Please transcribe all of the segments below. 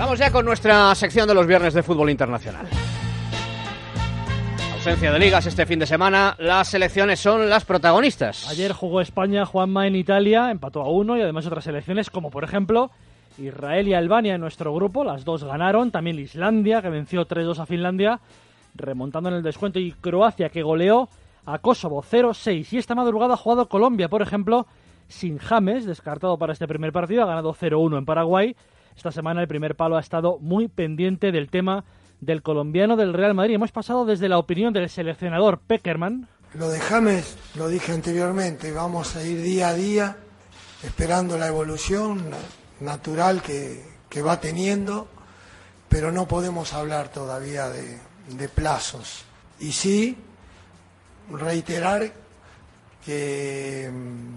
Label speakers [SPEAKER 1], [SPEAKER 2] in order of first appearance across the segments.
[SPEAKER 1] Vamos ya con nuestra sección de los viernes de fútbol internacional. Ausencia de ligas este fin de semana, las selecciones son las protagonistas.
[SPEAKER 2] Ayer jugó España, Juanma, en Italia, empató a 1 y además otras selecciones como por ejemplo Israel y Albania en nuestro grupo, las dos ganaron, también Islandia que venció 3-2 a Finlandia, remontando en el descuento, y Croacia que goleó a Kosovo 0-6. Y esta madrugada ha jugado Colombia, por ejemplo, sin James, descartado para este primer partido, ha ganado 0-1 en Paraguay. Esta semana el primer palo ha estado muy pendiente del tema del colombiano del Real Madrid. Hemos pasado desde la opinión del seleccionador Pekerman.
[SPEAKER 3] Lo de James, lo dije anteriormente, vamos a ir día a día esperando la evolución natural que va teniendo, pero no podemos hablar todavía de plazos. Y sí, reiterar que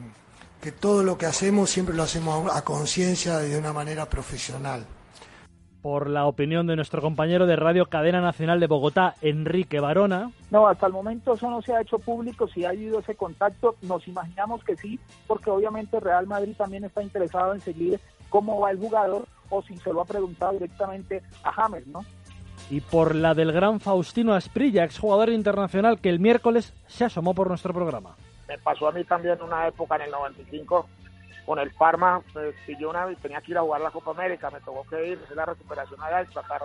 [SPEAKER 3] todo lo que hacemos siempre lo hacemos a conciencia y de una manera profesional.
[SPEAKER 2] Por la opinión de nuestro compañero de Radio Cadena Nacional de Bogotá, Enrique Barona.
[SPEAKER 4] No, hasta el momento eso no se ha hecho público, si ha habido ese contacto, nos imaginamos que sí, porque obviamente Real Madrid también está interesado en seguir cómo va el jugador, o si se lo ha preguntado directamente a James, ¿no?
[SPEAKER 2] Y por la del gran Faustino Asprilla, exjugador internacional que el miércoles se asomó por nuestro programa.
[SPEAKER 4] Me pasó a mí también una época en el 95 con el Parma, pues, si yo tenía que ir a jugar la Copa América, me tocó que ir, hacer la recuperación allá y tratar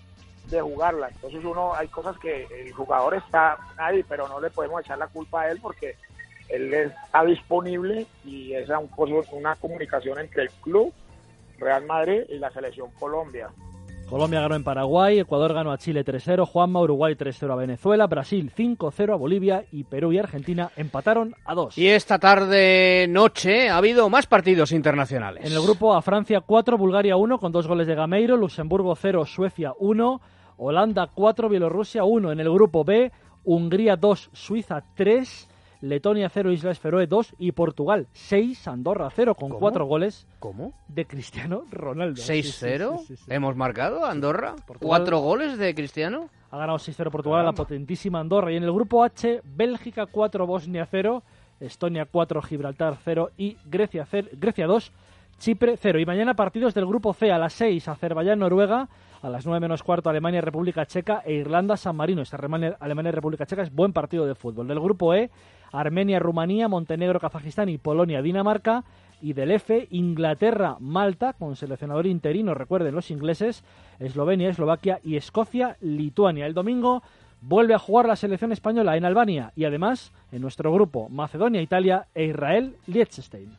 [SPEAKER 4] de jugarla. Entonces hay cosas que el jugador está ahí, pero no le podemos echar la culpa a él porque él está disponible y es una comunicación entre el club, Real Madrid y la selección Colombia.
[SPEAKER 2] Colombia ganó en Paraguay, Ecuador ganó a Chile 3-0, Juanma, Uruguay 3-0 a Venezuela, Brasil 5-0 a Bolivia y Perú y Argentina empataron a 2.
[SPEAKER 1] Y esta tarde-noche ha habido más partidos internacionales.
[SPEAKER 2] En el grupo a Francia 4, Bulgaria 1 con 2 goles de Gameiro, Luxemburgo 0, Suecia 1, Holanda 4, Bielorrusia 1. En el grupo B, Hungría 2, Suiza 3, Letonia 0, Islas Feroe 2 y Portugal 6, Andorra 0 con 4 goles de Cristiano Ronaldo.
[SPEAKER 1] 6-0,
[SPEAKER 2] sí.
[SPEAKER 1] ¿Hemos marcado Andorra?
[SPEAKER 2] Portugal,
[SPEAKER 1] 4 goles de Cristiano.
[SPEAKER 2] Ha ganado 6-0 Portugal a la potentísima Andorra. Y en el grupo H, Bélgica 4, Bosnia 0, Estonia 4, Gibraltar 0 y Grecia 2, Chipre 0. Y mañana partidos del grupo C a las 6, Azerbaiyán, Noruega, a las 9 menos cuarto, Alemania, República Checa e Irlanda, San Marino. Alemania y República Checa es buen partido de fútbol. Del grupo E, Armenia, Rumanía, Montenegro, Kazajistán y Polonia, Dinamarca. Y del F, Inglaterra, Malta, con seleccionador interino, recuerden los ingleses, Eslovenia, Eslovaquia y Escocia, Lituania. El domingo vuelve a jugar la selección española en Albania y además en nuestro grupo Macedonia, Italia e Israel, Liechtenstein.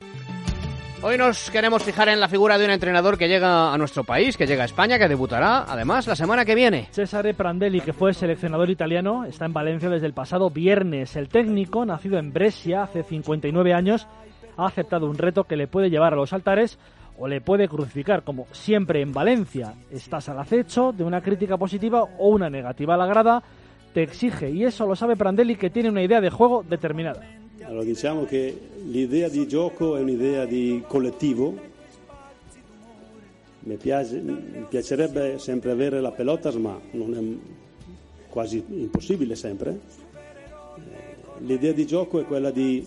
[SPEAKER 1] Hoy nos queremos fijar en la figura de un entrenador que llega a nuestro país, que llega a España, que debutará además la semana que viene.
[SPEAKER 2] Cesare Prandelli, que fue seleccionador italiano, está en Valencia desde el pasado viernes. El técnico, nacido en Brescia hace 59 años, ha aceptado un reto que le puede llevar a los altares o le puede crucificar. Como siempre en Valencia, estás al acecho de una crítica positiva o una negativa a la grada, te exige, y eso lo sabe Prandelli, que tiene una idea de juego determinada.
[SPEAKER 5] Allora, diciamo che l'idea di gioco è un'idea di collettivo. Mi piacerebbe sempre avere la pelota, ma non è quasi impossibile sempre. L'idea di gioco è quella di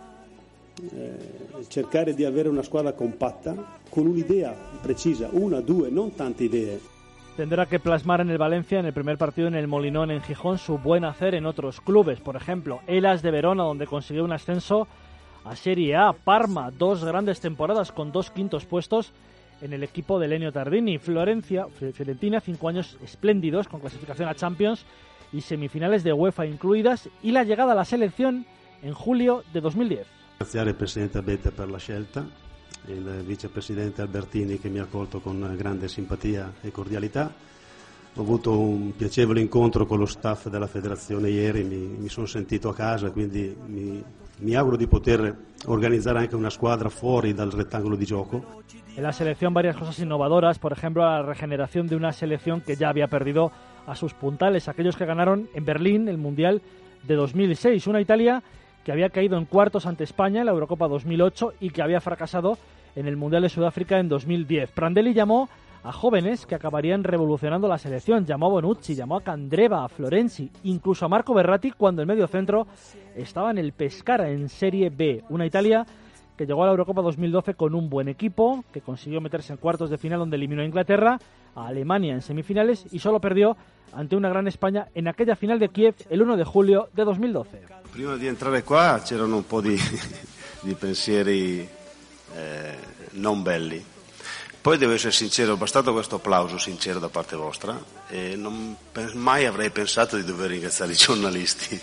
[SPEAKER 5] cercare di avere una squadra compatta con un'idea precisa, una, due, non tante idee.
[SPEAKER 2] Tendrá que plasmar en el Valencia, en el primer partido en el Molinón en Gijón, su buen hacer en otros clubes. Por ejemplo, Elas de Verona, donde consiguió un ascenso a Serie A. Parma, 2 grandes temporadas con 2 quintos puestos en el equipo de Lenio Tardini. Fiorentina, 5 años espléndidos con clasificación a Champions y semifinales de UEFA incluidas. Y la llegada a la selección en julio de 2010.
[SPEAKER 5] Ringraziare il Presidente Abete per la scelta, il Vicepresidente Albertini che mi ha accolto con grande simpatia e cordialità. Ho avuto un piacevole incontro con lo staff della federazione ieri, mi sono sentito a casa, quindi mi auguro di poter organizzare anche una squadra fuori dal rettangolo di gioco.
[SPEAKER 2] En la selección varias cosas innovadoras, por ejemplo la regeneración de una selección que ya había perdido a sus puntales, aquellos que ganaron en Berlín el Mundial de 2006, una Italia que había caído en cuartos ante España en la Eurocopa 2008 y que había fracasado en el Mundial de Sudáfrica en 2010. Prandelli llamó a jóvenes que acabarían revolucionando la selección. Llamó a Bonucci, llamó a Candreva, a Florenzi, incluso a Marco Verratti cuando el mediocentro estaba en el Pescara en Serie B. Una Italia que llegó a la Eurocopa 2012 con un buen equipo, que consiguió meterse en cuartos de final donde eliminó a Inglaterra, a Alemania en semifinales y solo perdió ante una gran España en aquella final de Kiev el 1 de julio de 2012.
[SPEAKER 5] Prima di entrare qua c'erano un po' di pensieri non belli. Poi devo essere sincero, è bastato questo applauso sincero da parte vostra e non mai avrei pensato di dover ringraziare i giornalisti.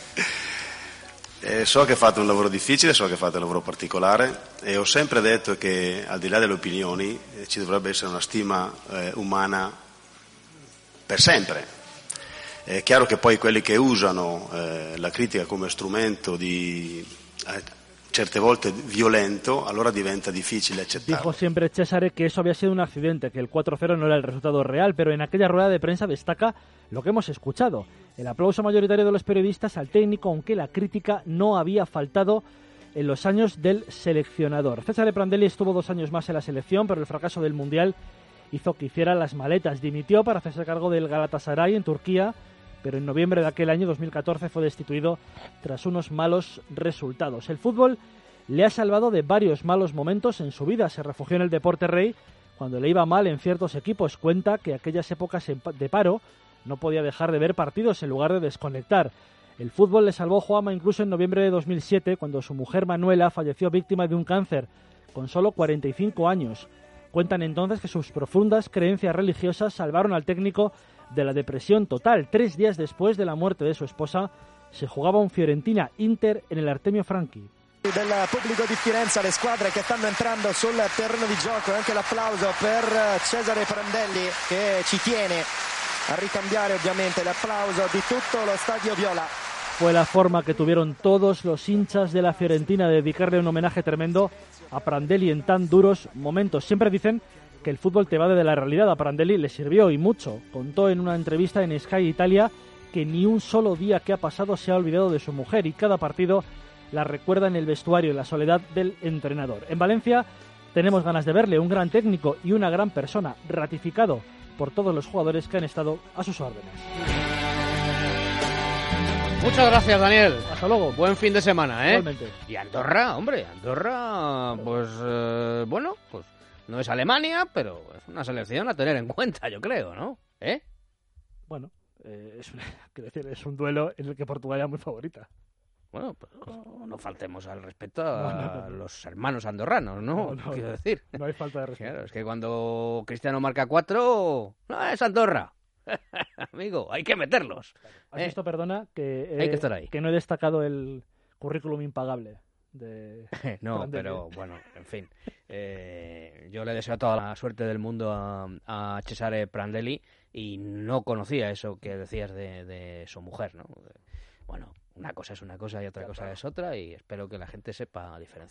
[SPEAKER 5] So che fate un lavoro difficile, so che fate un lavoro particolare e ho sempre detto che al di là delle opinioni ci dovrebbe essere una stima umana per sempre. È chiaro che poi quelli che usano la critica come strumento di certe volte violento, allora diventa difficile aceptarlo.
[SPEAKER 2] Dijo siempre Cesare que eso había sido un accidente, que el 4-0 no era el resultado real, pero en aquella rueda de prensa destaca lo que hemos escuchado, el aplauso mayoritario de los periodistas al técnico, aunque la crítica no había faltado en los años del seleccionador. Cesare Prandelli estuvo 2 años más en la selección, pero el fracaso del Mundial hizo que hiciera las maletas. Dimitió para hacerse cargo del Galatasaray en Turquía, pero en noviembre de aquel año 2014 fue destituido tras unos malos resultados. El fútbol le ha salvado de varios malos momentos en su vida. Se refugió en el deporte rey cuando le iba mal en ciertos equipos. Cuenta que aquellas épocas de paro no podía dejar de ver partidos en lugar de desconectar. El fútbol le salvó Juanma incluso en noviembre de 2007, cuando su mujer Manuela falleció víctima de un cáncer, con solo 45 años. Cuentan entonces que sus profundas creencias religiosas salvaron al técnico de la depresión total. 3 días después de la muerte de su esposa, se jugaba un Fiorentina-Inter en el Artemio Franchi.
[SPEAKER 6] Del pubblico di Firenze, le squadre che stanno entrando sul terreno di gioco, anche l'applauso per Cesare Prandelli che ci tiene a ricambiare ovviamente l'applauso di tutto lo stadio viola.
[SPEAKER 2] Fue la forma que tuvieron todos los hinchas de la Fiorentina de dedicarle un homenaje tremendo a Prandelli en tan duros momentos. Siempre dicen que el fútbol te va de la realidad. A Prandelli le sirvió y mucho. Contó en una entrevista en Sky Italia que ni un solo día que ha pasado se ha olvidado de su mujer y cada partido la recuerda en el vestuario, en la soledad del entrenador. En Valencia tenemos ganas de verle, un gran técnico y una gran persona, ratificado por todos los jugadores que han estado a sus órdenes.
[SPEAKER 1] Muchas gracias, Daniel.
[SPEAKER 2] Hasta luego.
[SPEAKER 1] Buen fin de semana, ¿eh?
[SPEAKER 2] Igualmente.
[SPEAKER 1] Y Andorra, hombre, Andorra, pues bueno, pues no es Alemania, pero es una selección a tener en cuenta, yo creo, ¿no? ¿Eh?
[SPEAKER 2] Bueno, es un duelo en el que Portugal era muy favorita.
[SPEAKER 1] Bueno, pero no faltemos al respeto a los hermanos andorranos, ¿no? Quiero decir.
[SPEAKER 2] No hay falta de respeto.
[SPEAKER 1] Claro, es que cuando Cristiano marca 4, no es Andorra. Amigo, hay que meterlos.
[SPEAKER 2] ¿Has visto, perdona,
[SPEAKER 1] hay que estar ahí.
[SPEAKER 2] Que no he destacado el currículum impagable de
[SPEAKER 1] no,
[SPEAKER 2] Prandelli?
[SPEAKER 1] Pero bueno, en fin. Yo le deseo toda la suerte del mundo a Cesare Prandelli y no conocía eso que decías de su mujer, ¿no? Bueno, una cosa es una cosa y otra cosa es otra y espero que la gente sepa diferenciar.